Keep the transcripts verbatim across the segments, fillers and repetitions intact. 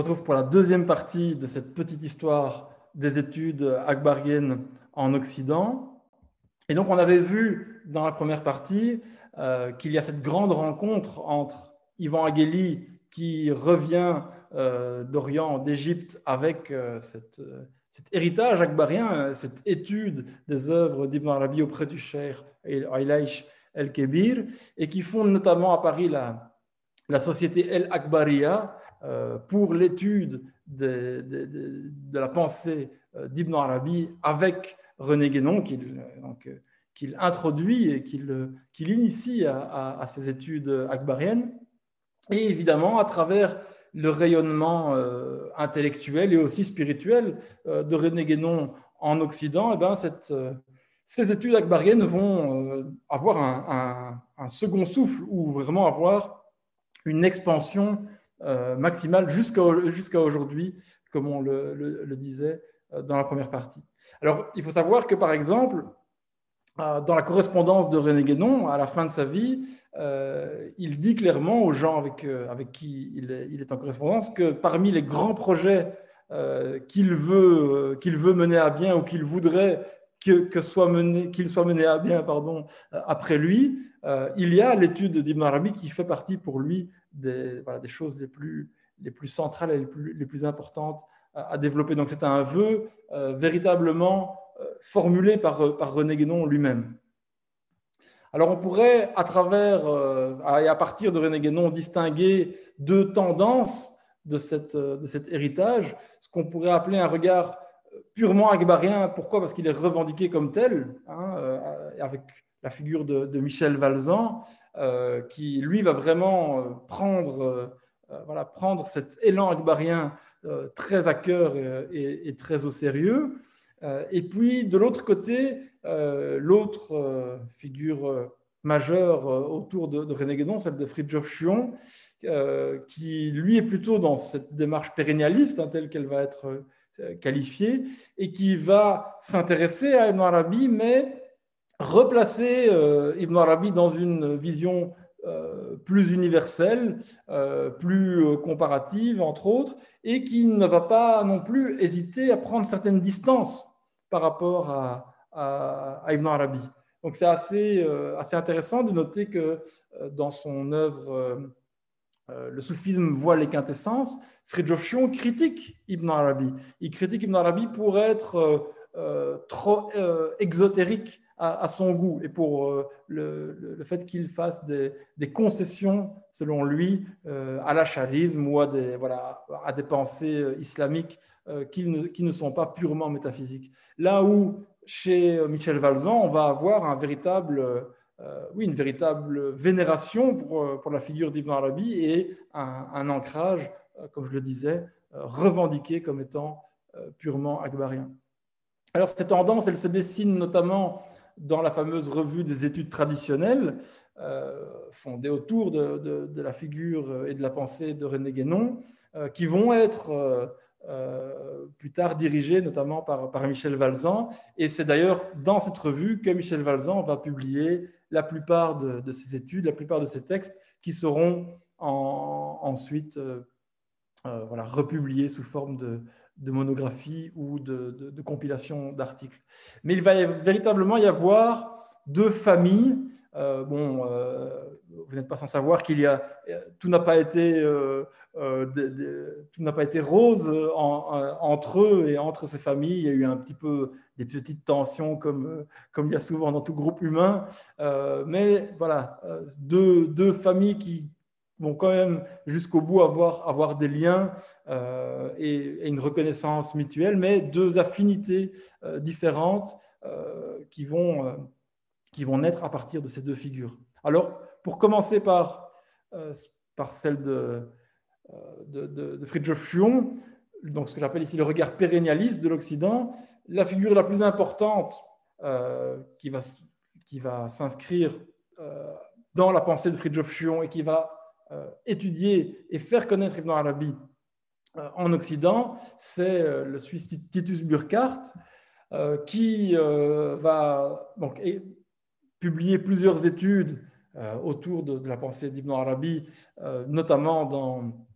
retrouve pour la deuxième partie de cette petite histoire des études akbariennes en Occident. Et donc, on avait vu dans la première partie euh, qu'il y a cette grande rencontre entre Ivan Agheli, qui revient euh, d'Orient, d'Égypte, avec euh, cette, euh, cet héritage akbarien, cette étude des œuvres d'Ibn Arabi auprès du cheikh Aylaïch el-Kébir, et qui fonde notamment à Paris la, la société El-Akbariya, Euh, pour l'étude de, de, de, de la pensée d'Ibn Arabi avec René Guénon, qu'il, donc, qu'il introduit et qu'il, qu'il initie à, à, à ces études akbariennes. Et évidemment, à travers le rayonnement euh, intellectuel et aussi spirituel euh, de René Guénon en Occident, eh bien, cette, euh, ces études akbariennes vont euh, avoir un, un, un second souffle ou vraiment avoir une expansion Euh, maximale jusqu'à, jusqu'à aujourd'hui, comme on le, le, le disait dans la première partie. Alors, il faut savoir que, par exemple, euh, dans la correspondance de René Guénon, à la fin de sa vie, euh, il dit clairement aux gens avec, euh, avec qui il est, il est en correspondance que parmi les grands projets euh, qu'il, veut, euh, qu'il veut mener à bien ou qu'il voudrait que, que soit mené, qu'il soit mené à bien pardon, après lui, euh, il y a l'étude d'Ibn Arabi qui fait partie pour lui des, voilà, des choses les plus, les plus centrales et les plus, les plus importantes à, à développer. Donc c'est un vœu euh, véritablement euh, formulé par, par René Guénon lui-même. Alors on pourrait, à travers euh, et à partir de René Guénon, distinguer deux tendances de, cette, de cet héritage, ce qu'on pourrait appeler un regard purement akbarien. Pourquoi ? Parce qu'il est revendiqué comme tel, hein, euh, avec la figure de, de Michel Valzan, euh, qui, lui, va vraiment prendre, euh, voilà, prendre cet élan akbarien euh, très à cœur et, et, et très au sérieux. Euh, et puis, de l'autre côté, euh, l'autre euh, figure euh, majeure euh, autour de, de René Guénon, celle de Fridtjof Schuon, euh, qui, lui, est plutôt dans cette démarche pérennialiste, hein, telle qu'elle va être euh, qualifiée, et qui va s'intéresser à Ibn Arabi, mais replacer euh, Ibn Arabi dans une vision euh, plus universelle, euh, plus euh, comparative, entre autres, et qui ne va pas non plus hésiter à prendre certaines distances par rapport à, à, à Ibn Arabi. Donc c'est assez, euh, assez intéressant de noter que euh, dans son œuvre euh, euh, Le soufisme voit les quintessences, Fridtjof Schuon critique Ibn Arabi. Il critique Ibn Arabi pour être euh, euh, trop euh, exotérique à, à son goût et pour euh, le, le fait qu'il fasse des, des concessions, selon lui, euh, à l'acharisme ou à des, voilà, à des pensées islamiques euh, qui, ne, qui ne sont pas purement métaphysiques. Là où, chez Michel Valzan, on va avoir un véritable... Euh, oui, une véritable vénération pour, pour la figure d'Ibn Arabi et un, un ancrage, euh, comme je le disais, euh, revendiqué comme étant euh, purement akbarien. Alors, cette tendance, elle se dessine notamment dans la fameuse revue des études traditionnelles, euh, fondée autour de, de, de la figure et de la pensée de René Guénon, euh, qui vont être euh, euh, plus tard dirigées notamment par, par Michel Valzan. Et c'est d'ailleurs dans cette revue que Michel Valzan va publier la plupart de, de ces études, la plupart de ces textes qui seront en, ensuite euh, euh, voilà, republiés sous forme de, de monographie ou de, de, de compilation d'articles. Mais il va y, véritablement y avoir deux familles. Euh, bon, euh, vous n'êtes pas sans savoir qu'il y a tout n'a pas été euh, euh, de, de, tout n'a pas été rose en, en, entre eux et entre ces familles. Il y a eu un petit peu des petites tensions comme comme il y a souvent dans tout groupe humain. Euh, mais voilà, deux, deux familles qui vont quand même jusqu'au bout avoir, avoir des liens euh, et, et une reconnaissance mutuelle, mais deux affinités euh, différentes euh, qui, vont, euh, qui vont naître à partir de ces deux figures. Alors, pour commencer par, euh, par celle de, de, de, de Fridtjof Schuon, donc ce que j'appelle ici le regard pérennialiste de l'Occident, la figure la plus importante euh, qui, va, qui va s'inscrire euh, dans la pensée de Fridtjof Schuon et qui va Euh, étudier et faire connaître Ibn Arabi euh, en Occident, c'est euh, le Suisse Titus Burckhardt euh, qui euh, va donc, publier plusieurs études euh, autour de, de la pensée d'Ibn Arabi, euh, notamment dans,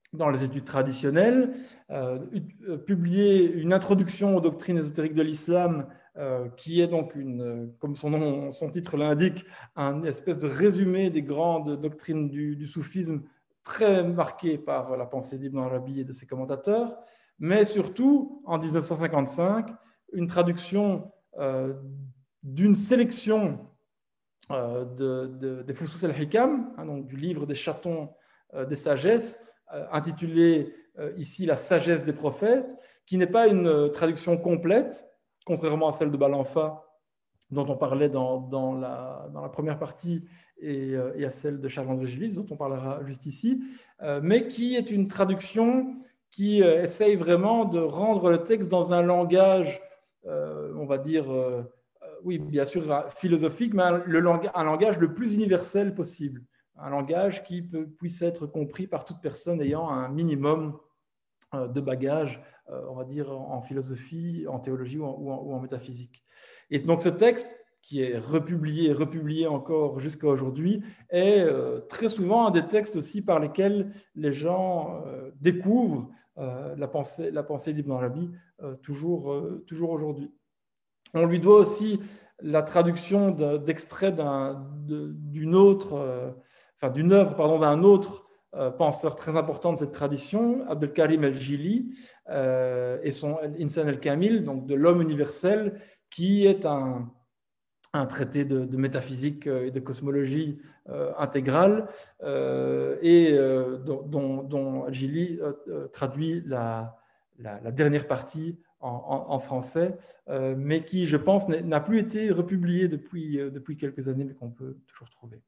dans les études traditionnelles, euh, publié une introduction aux doctrines ésotériques de l'islam, euh, qui est donc, une, comme son, nom, son titre l'indique, un espèce de résumé des grandes doctrines du, du soufisme, très marqué par la pensée d'Ibn Arabi et de ses commentateurs, mais surtout, en dix-neuf cent cinquante-cinq, une traduction euh, d'une sélection euh, de, de, des Fusus al-Hikam, hein, donc du livre des chatons euh, des sagesses, euh, intitulé euh, ici La sagesse des prophètes, qui n'est pas une euh, traduction complète, contrairement à celle de Balanfa, dont on parlait dans, dans, la, dans la première partie, et, euh, et à celle de Charles-André Gillis, dont on parlera juste ici, euh, mais qui est une traduction qui euh, essaye vraiment de rendre le texte dans un langage, euh, on va dire, euh, oui, bien sûr, philosophique, mais un, le langage, un langage le plus universel possible. Un langage qui peut, puisse être compris par toute personne ayant un minimum euh, de bagages, euh, on va dire, en philosophie, en théologie ou en, ou en, ou en métaphysique. Et donc ce texte, qui est republié et republié encore jusqu'à aujourd'hui, est euh, très souvent un des textes aussi par lesquels les gens euh, découvrent euh, la pensée, la pensée d'Ibn Arabi euh, toujours, euh, toujours aujourd'hui. On lui doit aussi la traduction d'extrait d'un, d'une autre, euh, enfin d'une œuvre, pardon, d'un autre euh, penseur très important de cette tradition, Abdelkarim el-Jili, euh, et son Insan el-Kamil, donc de l'homme universel, qui est un, un traité de, de métaphysique et de cosmologie euh, intégrale, euh, et euh, dont, dont, dont el-Jili euh, traduit la, la, la dernière partie En, en, en français, euh, mais qui, je pense, n'a plus été republié depuis, euh, depuis quelques années, mais qu'on peut toujours trouver.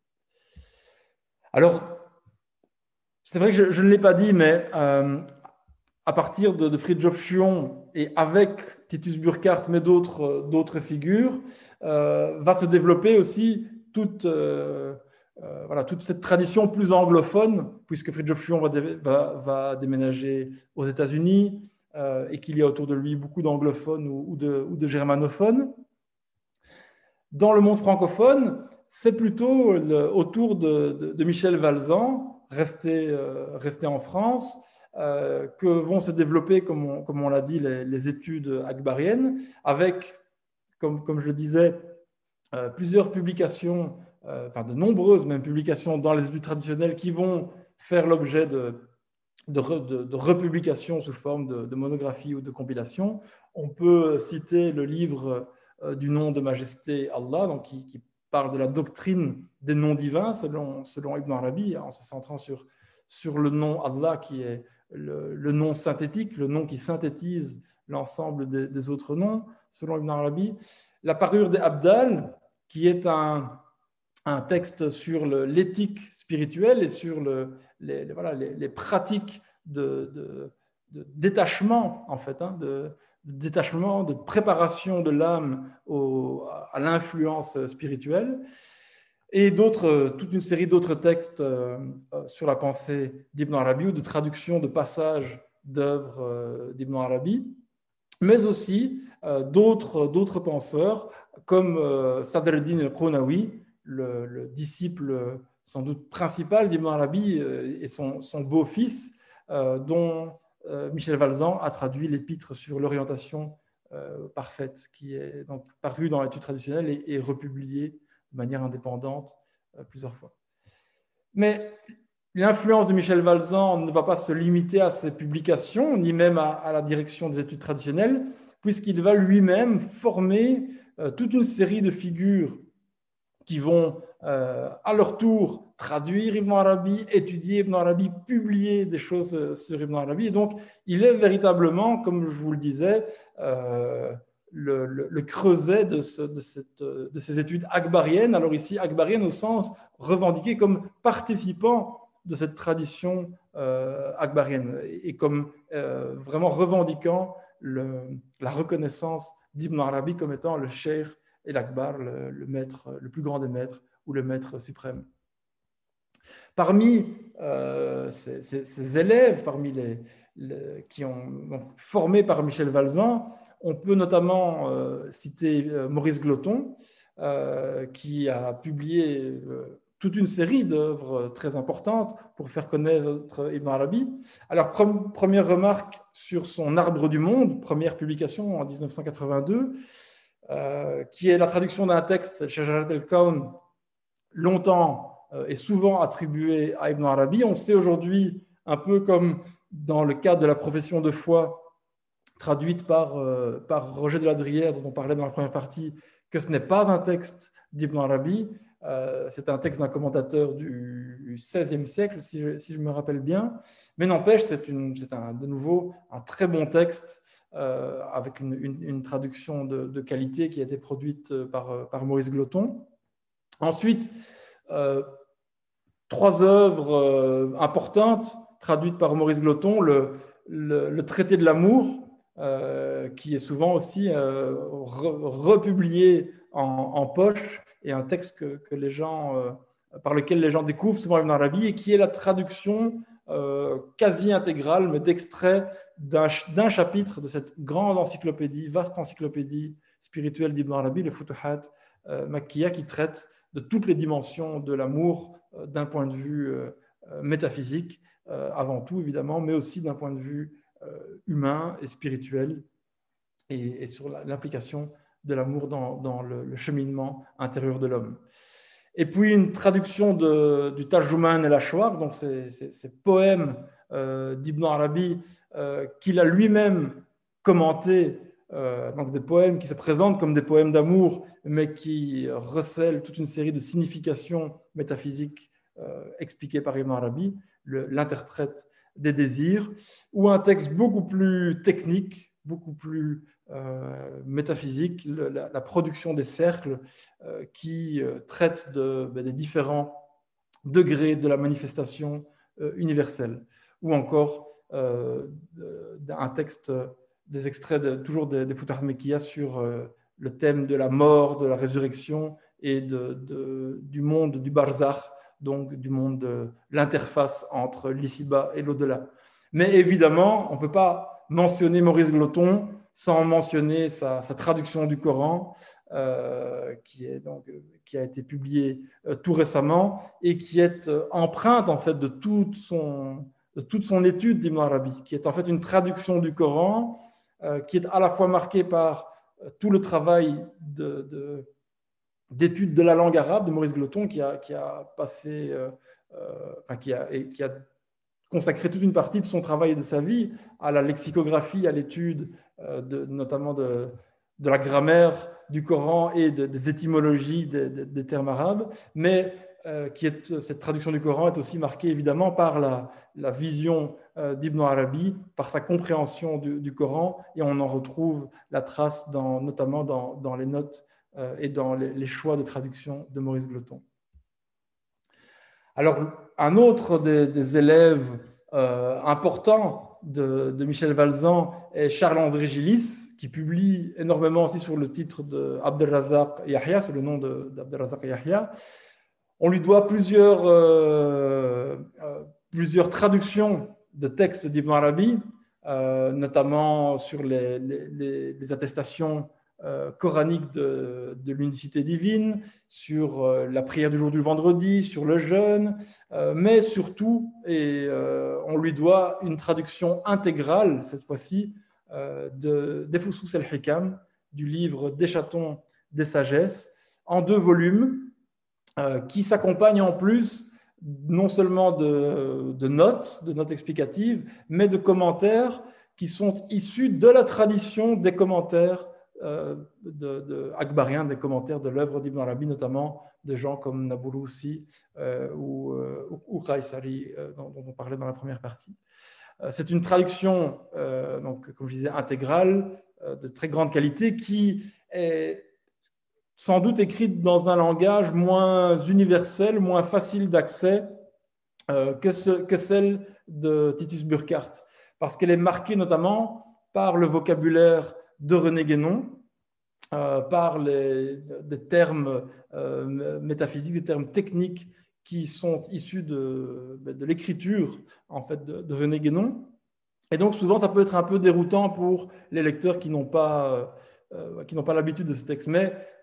Alors, c'est vrai que je, je ne l'ai pas dit, mais euh, à partir de, de Fridtjof Schuon et avec Titus Burckhardt, mais d'autres, d'autres figures, euh, va se développer aussi toute, euh, euh, voilà, toute cette tradition plus anglophone, puisque Fridtjof Schuon va, dé, va, va déménager aux États-Unis, Euh, et qu'il y a autour de lui beaucoup d'anglophones ou, ou, de, ou de germanophones. Dans le monde francophone, c'est plutôt le, autour de, de, de Michel Valzan, resté, euh, resté en France, euh, que vont se développer, comme on, comme on l'a dit, les, les études akbariennes, avec, comme, comme je le disais, euh, plusieurs publications, euh, enfin de nombreuses même publications dans les études traditionnelles qui vont faire l'objet de De, re, de, de republication sous forme de, de monographie ou de compilation. On peut citer le livre euh, du nom de Majesté Allah, donc qui, qui parle de la doctrine des noms divins selon, selon Ibn Arabi, en se centrant sur, sur le nom Allah qui est le, le nom synthétique, le nom qui synthétise l'ensemble des, des autres noms, selon Ibn Arabi. La parure des Abdal, qui est un, un texte sur le, l'éthique spirituelle et sur le, les, les, voilà, les, les pratiques de, de, de détachement, en fait, hein, de, de détachement, de préparation de l'âme au, à l'influence spirituelle, et d'autres, toute une série d'autres textes euh, sur la pensée d'Ibn Arabi ou de traduction de passages d'œuvres euh, d'Ibn Arabi, mais aussi euh, d'autres, d'autres penseurs comme euh, Sadr al-Din al-Qunawi, le, le disciple sans doute principal d'Ibn Arabi euh, et son, son beau-fils, euh, dont euh, Michel Valzan a traduit l'épître sur l'orientation euh, parfaite, qui est donc paru dans l'étude traditionnelle et, et republié de manière indépendante euh, plusieurs fois. Mais l'influence de Michel Valzan ne va pas se limiter à ses publications, ni même à, à la direction des études traditionnelles, puisqu'il va lui-même former euh, toute une série de figures qui vont euh, à leur tour traduire Ibn Arabi, étudier Ibn Arabi, publier des choses sur Ibn Arabi. Et donc, il est véritablement, comme je vous le disais, euh, le, le, le creuset de, ce, de, cette, de ces études akbariennes. Alors ici, akbariennes au sens revendiqué comme participant de cette tradition euh, akbarienne et comme euh, vraiment revendiquant le, la reconnaissance d'Ibn Arabi comme étant le cheikh et l'akbar, le, le maître, le plus grand des maîtres ou le maître suprême. Parmi euh, ces, ces, ces élèves, parmi les, les qui ont donc, formé par Michel Valzan, on peut notamment euh, citer euh, Maurice Gloton, euh, qui a publié euh, toute une série d'œuvres très importantes pour faire connaître Ibn Arabi. Alors, pre- première remarque sur son Arbre du monde, première publication en dix-neuf cent quatre-vingt-deux, euh, qui est la traduction d'un texte, Shajarat el-Kawn, longtemps euh, et souvent attribué à Ibn Arabi. On sait aujourd'hui, un peu comme dans le cadre de la profession de foi traduite par, euh, par Roger de la Drière, dont on parlait dans la première partie, que ce n'est pas un texte d'Ibn Arabi. Euh, c'est un texte d'un commentateur du seizième siècle, si je, si je me rappelle bien. Mais n'empêche, c'est, une, c'est un, de nouveau un très bon texte euh, avec une, une, une traduction de, de qualité qui a été produite par, par Maurice Gloton. Ensuite, euh, trois œuvres euh, importantes traduites par Maurice Gloton, le, le, le Traité de l'amour, euh, qui est souvent aussi euh, re, republié en, en poche, et un texte que, que les gens, euh, par lequel les gens découvrent souvent Ibn Arabi, et qui est la traduction euh, quasi intégrale, mais d'extrait d'un, d'un chapitre de cette grande encyclopédie, vaste encyclopédie spirituelle d'Ibn Arabi, le Futuhat euh, Makkiya, qui traite de toutes les dimensions de l'amour euh, d'un point de vue euh, métaphysique, euh, avant tout évidemment, mais aussi d'un point de vue euh, humain et spirituel, et, et sur la, l'implication de l'amour dans, dans le, le cheminement intérieur de l'homme. Et puis une traduction de, du Tarjuman el-Ashwaq, donc ces, ces, ces poèmes euh, d'Ibn Arabi euh, qu'il a lui-même commentés, euh, donc des poèmes qui se présentent comme des poèmes d'amour, mais qui recèlent toute une série de significations métaphysiques euh, expliquées par Ibn Arabi, le, l'interprète des désirs, ou un texte beaucoup plus technique, beaucoup plus Euh, métaphysique, le, la, la production des cercles euh, qui euh, traite de, ben, des différents degrés de la manifestation euh, universelle, ou encore euh, un texte, des extraits de, toujours des, des Futuhat Makkiya sur euh, le thème de la mort, de la résurrection et de, de, du monde du barzakh, donc du monde de l'interface entre l'ici-bas et l'au-delà. Mais évidemment, on ne peut pas mentionner Maurice Gloton sans mentionner sa, sa traduction du Coran, euh, qui, est donc, qui a été publiée euh, tout récemment et qui est euh, empreinte en fait de toute son, de toute son étude d'Ibn Arabi, qui est en fait une traduction du Coran, euh, qui est à la fois marquée par euh, tout le travail de, de, d'étude de la langue arabe de Maurice Gloton, qui a, qui a passé, euh, euh, enfin, qui a, et qui a consacré toute une partie de son travail et de sa vie à la lexicographie, à l'étude de, notamment de, de la grammaire du Coran et de, des étymologies des, des, des termes arabes, mais euh, qui est, cette traduction du Coran est aussi marquée évidemment par la, la vision euh, d'Ibn Arabi, par sa compréhension du, du Coran, et on en retrouve la trace dans, notamment dans, dans les notes euh, et dans les, les choix de traduction de Maurice Gloton. Alors, un autre des, des élèves euh, importants de, de Michel Valzan est Charles-André Gillis, qui publie énormément aussi sur le titre d'Abdelrazak Yahya, sous le nom d'Abdelrazak Yahya. On lui doit plusieurs, euh, euh, plusieurs traductions de textes d'Ibn Arabi, euh, notamment sur les, les, les attestations Euh, coranique de, de l'unicité divine, sur euh, la prière du jour du vendredi, sur le jeûne, euh, mais surtout, et euh, on lui doit une traduction intégrale, cette fois-ci, euh, de Defusus el-Hikam, du livre Des chatons des sagesses, en deux volumes, euh, qui s'accompagnent en plus non seulement de, de notes, de notes explicatives, mais de commentaires qui sont issus de la tradition des commentaires Euh, de, de akbariens, des commentaires de l'œuvre d'Ibn Arabi, notamment de gens comme Nabulusi euh, ou, euh, ou Qaisari, euh, dont, dont on parlait dans la première partie. Euh, c'est une traduction, euh, donc, comme je disais, intégrale, euh, de très grande qualité, qui est sans doute écrite dans un langage moins universel, moins facile d'accès euh, que, ce, que celle de Titus Burckhardt, parce qu'elle est marquée notamment par le vocabulaire de René Guénon, euh, par les, des termes euh, métaphysiques, des termes techniques qui sont issus de, de l'écriture en fait, de, de René Guénon. Et donc souvent, ça peut être un peu déroutant pour les lecteurs qui n'ont pas, euh, qui n'ont pas l'habitude de ce texte. Mais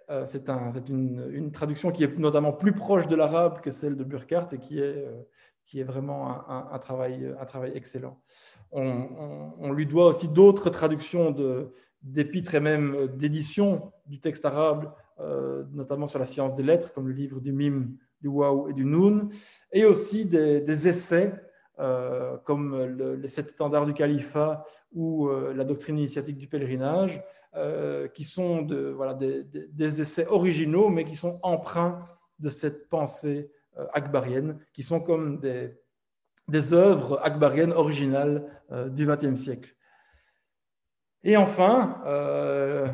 euh, c'est, un, c'est une, une traduction qui est notamment plus proche de l'arabe que celle de Burkhardt et qui est, euh, qui est vraiment un, un, un, travail, un travail excellent. On, on, on lui doit aussi d'autres traductions de, d'épîtres et même d'éditions du texte arabe, euh, notamment sur la science des lettres, comme le livre du Mim, du Waw et du Noun, et aussi des, des essais, euh, comme le, les sept étendards du califat ou euh, la doctrine initiatique du pèlerinage, euh, qui sont de, voilà, des, des, des essais originaux, mais qui sont empreints de cette pensée euh, akbarienne, qui sont comme des, des œuvres akbariennes originales euh, du vingtième siècle. Et enfin, euh,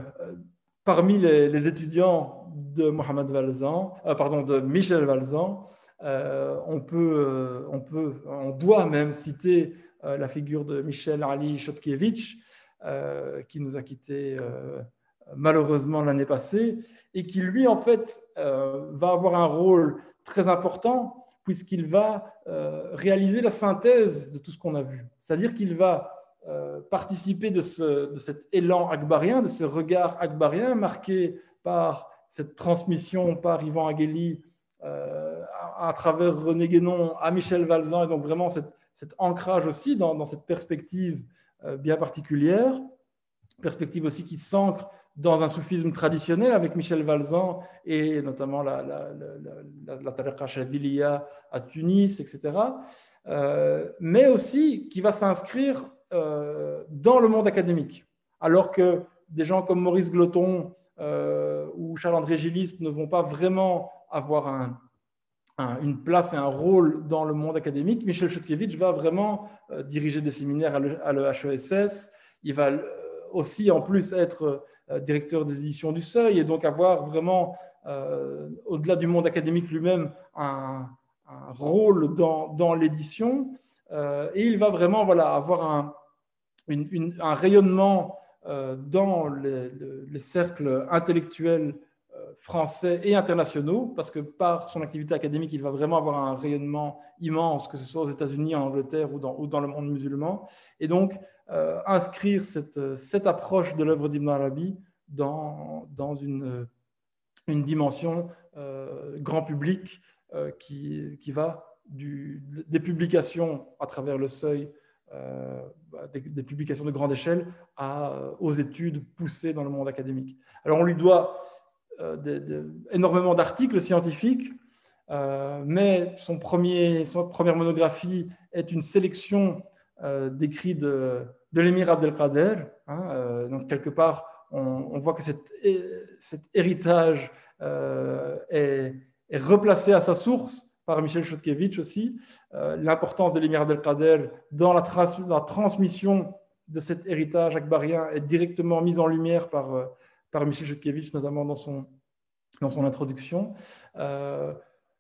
parmi les, les étudiants de Mohamed Valzan, euh, pardon, de Michel Valzan, euh, on peut, euh, on peut, on doit même citer euh, la figure de Michel Ali Chodkiewicz, euh, qui nous a quittés euh, malheureusement l'année passée, et qui lui, en fait, euh, va avoir un rôle très important puisqu'il va euh, réaliser la synthèse de tout ce qu'on a vu. C'est-à-dire qu'il va Euh, participer de, ce, de cet élan akbarien, de ce regard akbarien marqué par cette transmission par Yvan Agueli euh, à, à travers René Guénon à Michel Valzan, et donc vraiment cette, cet ancrage aussi dans, dans cette perspective euh, bien particulière, perspective aussi qui s'ancre dans un soufisme traditionnel avec Michel Valzan et notamment la, la, la, la, la tariqa Chadiliya à Tunis, et cetera. Euh, mais aussi qui va s'inscrire Euh, dans le monde académique, alors que des gens comme Maurice Gloton euh, ou Charles-André Gillis ne vont pas vraiment avoir un, un, une place et un rôle dans le monde académique. Michel Chodkiewicz va vraiment euh, diriger des séminaires à, le, à l'E H E S S. Il va euh, aussi en plus être euh, directeur des éditions du Seuil et donc avoir vraiment, euh, au-delà du monde académique lui-même, un, un rôle dans, dans l'édition. Euh, et il va vraiment voilà, avoir un Une, une, un rayonnement euh, dans les, les cercles intellectuels euh, français et internationaux, parce que par son activité académique, il va vraiment avoir un rayonnement immense, que ce soit aux États-Unis, en Angleterre ou dans, ou dans le monde musulman. Et donc, euh, inscrire cette, cette approche de l'œuvre d'Ibn Arabi dans, dans une, une dimension euh, grand public euh, qui, qui va du, des publications à travers le Seuil, Euh, des, des publications de grande échelle à, aux études poussées dans le monde académique. Alors on lui doit euh, des, des, énormément d'articles scientifiques, euh, mais son premier, son première monographie est une sélection euh, d'écrits de, de l'émir Abdelkader. Hein, euh, donc quelque part, on, on voit que cet, cet héritage euh, est, est replacé à sa source par Michel Chodkiewicz aussi, euh, l'importance de l'émir Abdelkader dans la, trans- la transmission de cet héritage akbarien est directement mise en lumière par, euh, par Michel Chodkiewicz, notamment dans son, dans son introduction. Euh,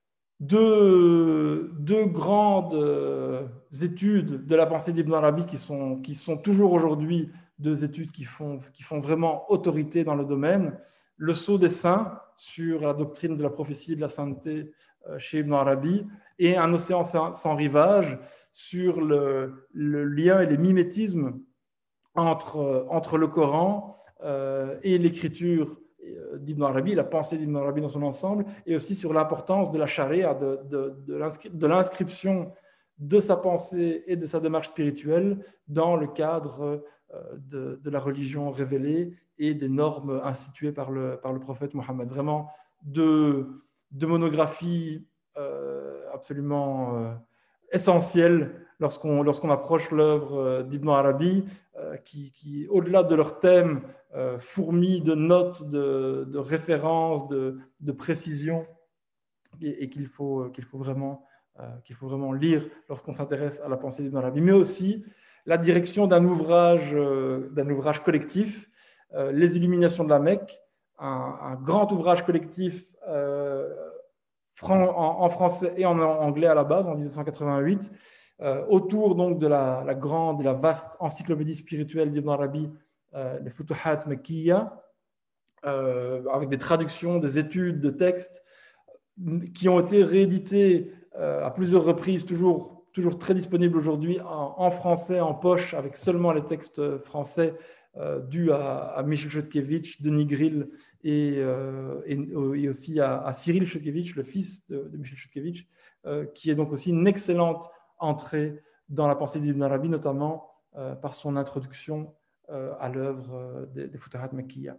deux, deux grandes euh, études de la pensée d'Ibn Arabi qui sont, qui sont toujours aujourd'hui deux études qui font, qui font vraiment autorité dans le domaine. Le Sceau des Saints sur la doctrine de la prophétie et de la sainteté chez Ibn Arabi, et Un océan sans, sans rivage sur le, le lien et les mimétismes entre, entre le Coran euh, et l'écriture d'Ibn Arabi, la pensée d'Ibn Arabi dans son ensemble, et aussi sur l'importance de la charia, de, de, de, l'inscri- de l'inscription de sa pensée et de sa démarche spirituelle dans le cadre de, de la religion révélée et des normes instituées par le, par le prophète Mohammed. Vraiment deux, deux monographies euh, absolument euh, essentielles lorsqu'on, lorsqu'on approche l'œuvre d'Ibn Arabi, euh, qui, qui, au-delà de leur thème, euh, fourmille de notes, de, de références, de, de précisions, et, et qu'il, faut, qu'il, faut vraiment, euh, qu'il faut vraiment lire lorsqu'on s'intéresse à la pensée d'Ibn Arabi, mais aussi la direction d'un ouvrage, euh, d'un ouvrage collectif, euh, Les Illuminations de la Mecque, un, un grand ouvrage collectif euh, fran- en, en français et en anglais à la base, en dix-neuf cent quatre-vingt-huit, euh, autour donc de la, la grande et la vaste encyclopédie spirituelle d'Ibn Arabi, euh, les Futuhat Mekkiya, euh, avec des traductions, des études de textes qui ont été réédités euh, à plusieurs reprises, toujours, toujours très disponibles aujourd'hui en, en français, en poche, avec seulement les textes français euh, dus à, à Michel Chodkiewicz, Denis Grill et, euh, et, et aussi à, à Cyril Chodkiewicz, le fils de, de Michel Chodkiewicz, euh, qui est donc aussi une excellente entrée dans la pensée d'Ibn Arabi, notamment euh, par son introduction euh, à l'œuvre euh, des, des Futuhat Makkiya.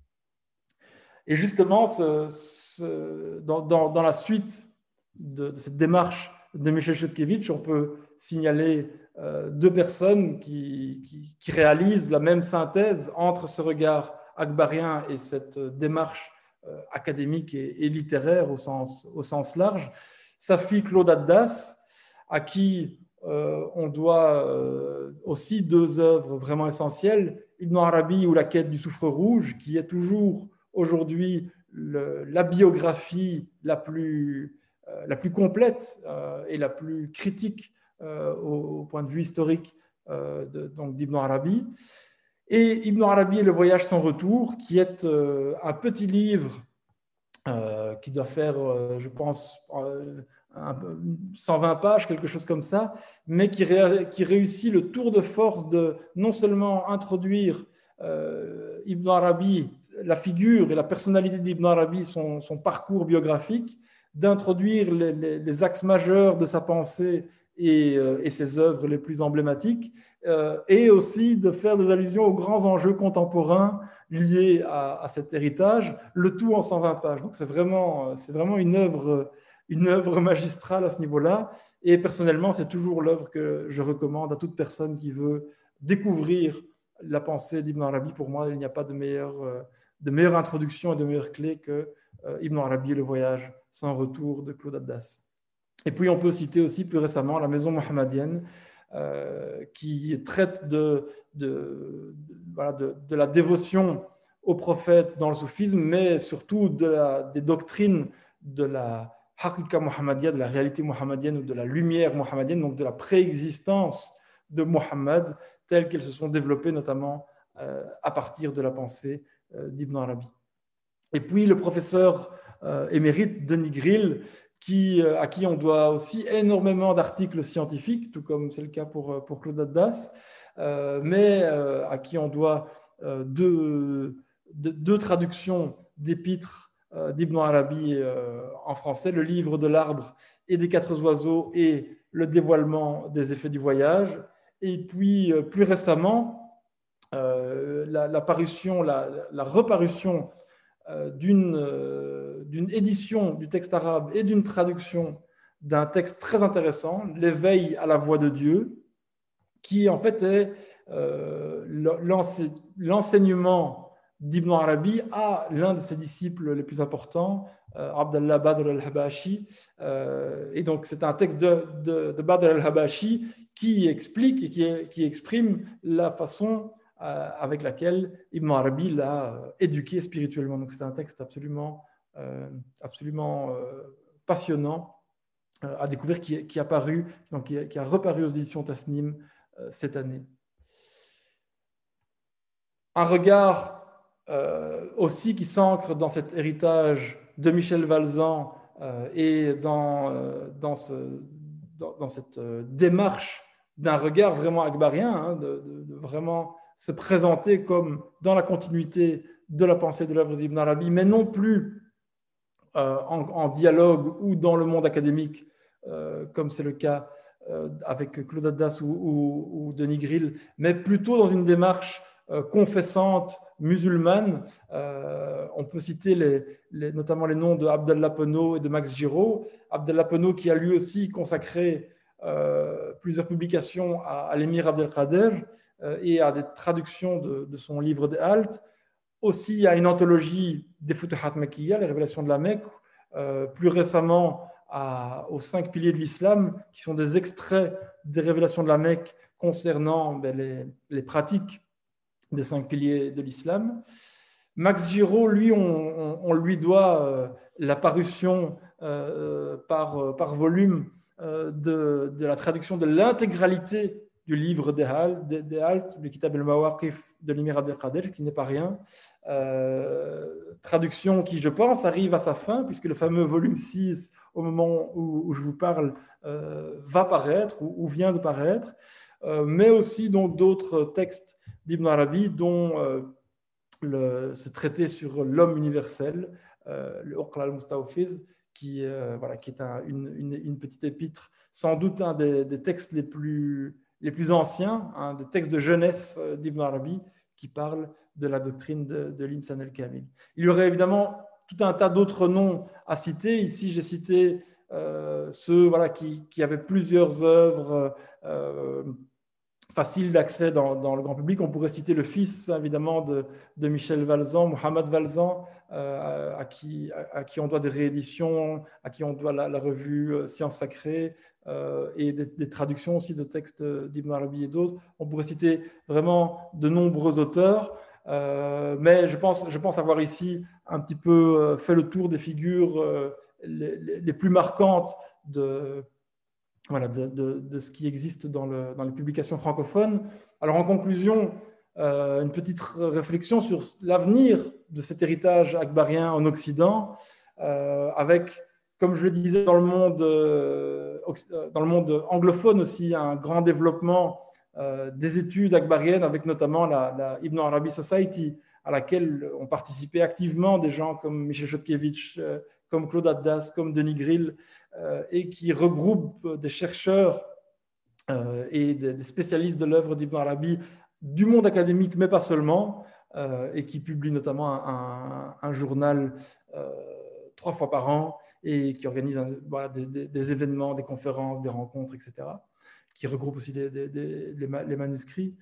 Et justement, ce, ce, dans, dans, dans la suite de, de cette démarche de Michel Chodkiewicz, on peut signaler euh, deux personnes qui, qui, qui réalisent la même synthèse entre ce regard akbarien et cette démarche euh, académique et, et littéraire au sens, au sens large. Sa fille Claude Haddas, à qui euh, on doit euh, aussi deux œuvres vraiment essentielles, Ibn Arabi ou La quête du soufre rouge, qui est toujours aujourd'hui le, la biographie la plus, euh, la plus complète euh, et la plus critique euh, au, au point de vue historique euh, de, donc d'Ibn Arabi. Et Ibn Arabi et le voyage sans retour, qui est euh, un petit livre euh, qui doit faire, euh, je pense, euh, un, cent vingt pages, quelque chose comme ça, mais qui, ré, qui réussit le tour de force de non seulement introduire euh, Ibn Arabi, la figure et la personnalité d'Ibn Arabi, son, son parcours biographique, d'introduire les, les, les axes majeurs de sa pensée et, euh, et ses œuvres les plus emblématiques, euh, et aussi de faire des allusions aux grands enjeux contemporains liés à, à cet héritage, le tout en cent vingt pages. Donc c'est vraiment, c'est vraiment une œuvre, une œuvre magistrale à ce niveau-là, et personnellement, c'est toujours l'œuvre que je recommande à toute personne qui veut découvrir la pensée d'Ibn Arabi. Pour moi, il n'y a pas de meilleure, de meilleure introduction et de meilleure clé que euh, Ibn Arabi et le voyage sans retour de Claude Haddas. Et puis, on peut citer aussi plus récemment la Maison mohammadienne, euh, qui traite de, de, de, voilà, de, de la dévotion au prophète dans le soufisme, mais surtout de la, des doctrines de la haqiqa muhammadiyya, de la réalité muhammadienne ou de la lumière muhammadienne, donc de la préexistence de Muhammad, telles qu'elles se sont développées notamment euh, à partir de la pensée euh, d'Ibn Arabi. Et puis le professeur euh, émérite Denis Grill, qui, euh, à qui on doit aussi énormément d'articles scientifiques, tout comme c'est le cas pour, pour Claude Haddas, euh, mais euh, à qui on doit euh, deux, deux, deux traductions d'épîtres euh, d'Ibn Arabi euh, en français, le livre de l'arbre et des quatre oiseaux et le dévoilement des effets du voyage. Et puis, euh, plus récemment, euh, la, la, parution, la, la reparution euh, d'une, euh, d'une édition du texte arabe et d'une traduction d'un texte très intéressant, L'éveil à la voix de Dieu, qui en fait est euh, l'enseignement d'Ibn Arabi à l'un de ses disciples les plus importants, euh, Abdallah Badr al-Habashi. Euh, et donc, c'est un texte de, de, de Badr al-Habashi qui explique et qui, qui exprime la façon euh, avec laquelle Ibn Arabi l'a euh, éduqué spirituellement. Donc, c'est un texte absolument, euh, absolument euh, passionnant euh, à découvrir, qui, qui, a paru, donc qui, qui a reparu aux éditions Tasnim euh, cette année. Un regard Euh, aussi qui s'ancre dans cet héritage de Michel Valzan euh, et dans, euh, dans, ce, dans, dans cette euh, démarche d'un regard vraiment akbarien, hein, de, de, de vraiment se présenter comme dans la continuité de la pensée de l'œuvre d'Ibn Arabi, mais non plus euh, en, en dialogue ou dans le monde académique, euh, comme c'est le cas euh, avec Claude Haddas ou, ou, ou Denis Grill, mais plutôt dans une démarche euh, confessante, musulmane. Euh, on peut citer les, les, notamment les noms de Abdallah Penaud et de Max Giraud. Abdallah Penaud qui a lui aussi consacré euh, plusieurs publications à, à l'émir Abdelkader euh, et à des traductions de, de son livre des Haltes. Aussi à une anthologie des Futuhat Makkiya, les révélations de la Mecque. Euh, plus récemment à, aux cinq piliers de l'islam, qui sont des extraits des révélations de la Mecque concernant ben, les, les pratiques des cinq piliers de l'islam. Max Giraud, lui, on, on, on lui doit euh, la parution euh, par, par volume euh, de, de la traduction de l'intégralité du livre des Haltes, le Kitab al-Mawaqif de l'émir Abdelkader, ce qui n'est pas rien. Euh, traduction qui, je pense, arrive à sa fin, puisque le fameux volume six, au moment où, où je vous parle, euh, va paraître ou, ou vient de paraître, euh, mais aussi donc d'autres textes d'Ibn Arabi, dont euh, le, ce traité sur l'homme universel, euh, le Uqra al-Mustawfiz, qui, euh, voilà, qui est un, une, une, une petite épître, sans doute un des, des textes les plus, les plus anciens, un des textes de jeunesse d'Ibn Arabi, qui parle de la doctrine de, de l'Insan al-Kamil. Il y aurait évidemment tout un tas d'autres noms à citer. Ici, j'ai cité euh, ceux voilà, qui, qui avaient plusieurs œuvres euh, faciles d'accès dans, dans le grand public. On pourrait citer le fils, évidemment, de, de Michel Valzan, Mohamed Valzan, euh, à, qui, à, à qui on doit des rééditions, à qui on doit la, la revue Sciences Sacrées, euh, et des, des traductions aussi de textes d'Ibn Arabi et d'autres. On pourrait citer vraiment de nombreux auteurs. Euh, mais je pense, je pense avoir ici un petit peu fait le tour des figures euh, les, les, les plus marquantes de, voilà, de, de, de ce qui existe dans, le, dans les publications francophones. Alors en conclusion, euh, une petite réflexion sur l'avenir de cet héritage akbarien en Occident, euh, avec, comme je le disais, dans le monde, euh, dans le monde anglophone aussi, un grand développement Euh, des études akbariennes, avec notamment la, la Ibn Arabi Society, à laquelle ont participé activement des gens comme Michel Chodkiewicz, euh, comme Claude Atdas, comme Denis Grill, euh, et qui regroupe des chercheurs euh, et des, des spécialistes de l'œuvre d'Ibn Arabi du monde académique, mais pas seulement, euh, et qui publie notamment un, un, un journal euh, trois fois par an et qui organise un, voilà, des, des, des événements, des conférences, des rencontres, et cetera, qui regroupe aussi des, des, des, les, les manuscrits.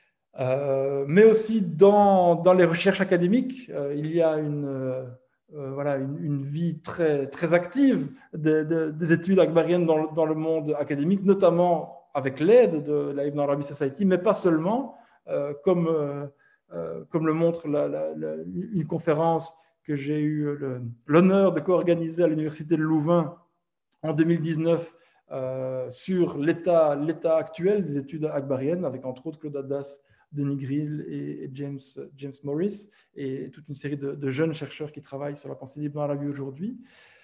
Euh, mais aussi dans, dans les recherches académiques, euh, il y a une, euh, voilà, une, une vie très, très active des, des, des études akbariennes dans le, dans le monde académique, notamment avec l'aide de la Ibn Arabi Society, mais pas seulement, euh, comme, euh, comme le montre la, la, la, une conférence que j'ai eu l'honneur de co-organiser à l'Université de Louvain en deux mille dix-neuf, Euh, sur l'état, l'état actuel des études akbariennes, avec entre autres Claude Atdas, Denis Grill et, et James, James Morris, et toute une série de, de jeunes chercheurs qui travaillent sur la pensée d'Ibn Arabi aujourd'hui.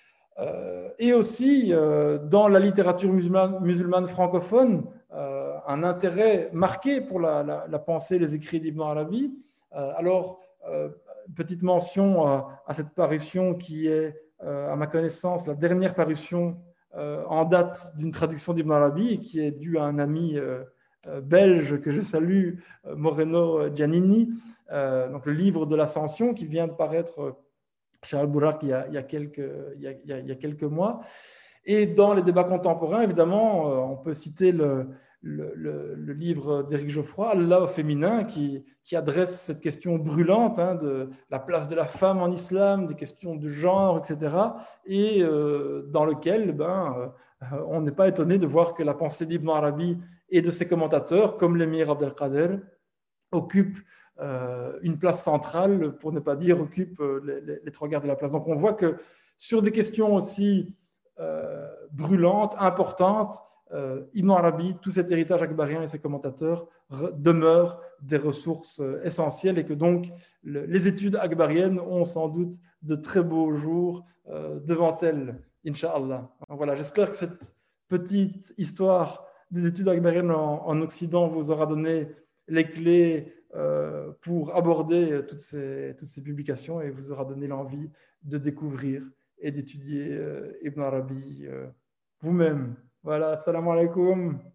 Euh, et aussi, euh, dans la littérature musulmane, musulmane francophone, euh, un intérêt marqué pour la, la, la pensée, les écrits d'Ibn Arabi. Euh, alors, euh, petite mention à, à cette parution qui est, euh, à ma connaissance, la dernière parution Euh, en date d'une traduction d'Ibn Arabi, qui est due à un ami euh, euh, belge que je salue, euh, Moreno Giannini, euh, donc le livre de l'Ascension, qui vient de paraître chez Al-Buraq il, il, il, il y a quelques mois. Et dans les débats contemporains, évidemment, euh, on peut citer le, le, le, le livre d'Éric Geoffroy, Allah au féminin, qui, qui adresse cette question brûlante hein, de la place de la femme en islam, des questions de genre, et cetera. Et euh, dans lequel ben, euh, on n'est pas étonné de voir que la pensée d'Ibn Arabi et de ses commentateurs, comme l'émir Abdelkader, occupe euh, une place centrale, pour ne pas dire occupe les, les, les trois quarts de la place. Donc on voit que sur des questions aussi euh, brûlantes, importantes, euh, Ibn Arabi, tout cet héritage akbarien et ses commentateurs re- demeurent des ressources euh, essentielles, et que donc le, les études akbariennes ont sans doute de très beaux jours euh, devant elles, Inch'Allah. Donc voilà, j'espère que cette petite histoire des études akbariennes en, en Occident vous aura donné les clés euh, pour aborder toutes ces, toutes ces publications, et vous aura donné l'envie de découvrir et d'étudier euh, Ibn Arabi euh, vous-même. Voilà, assalamu alaikum.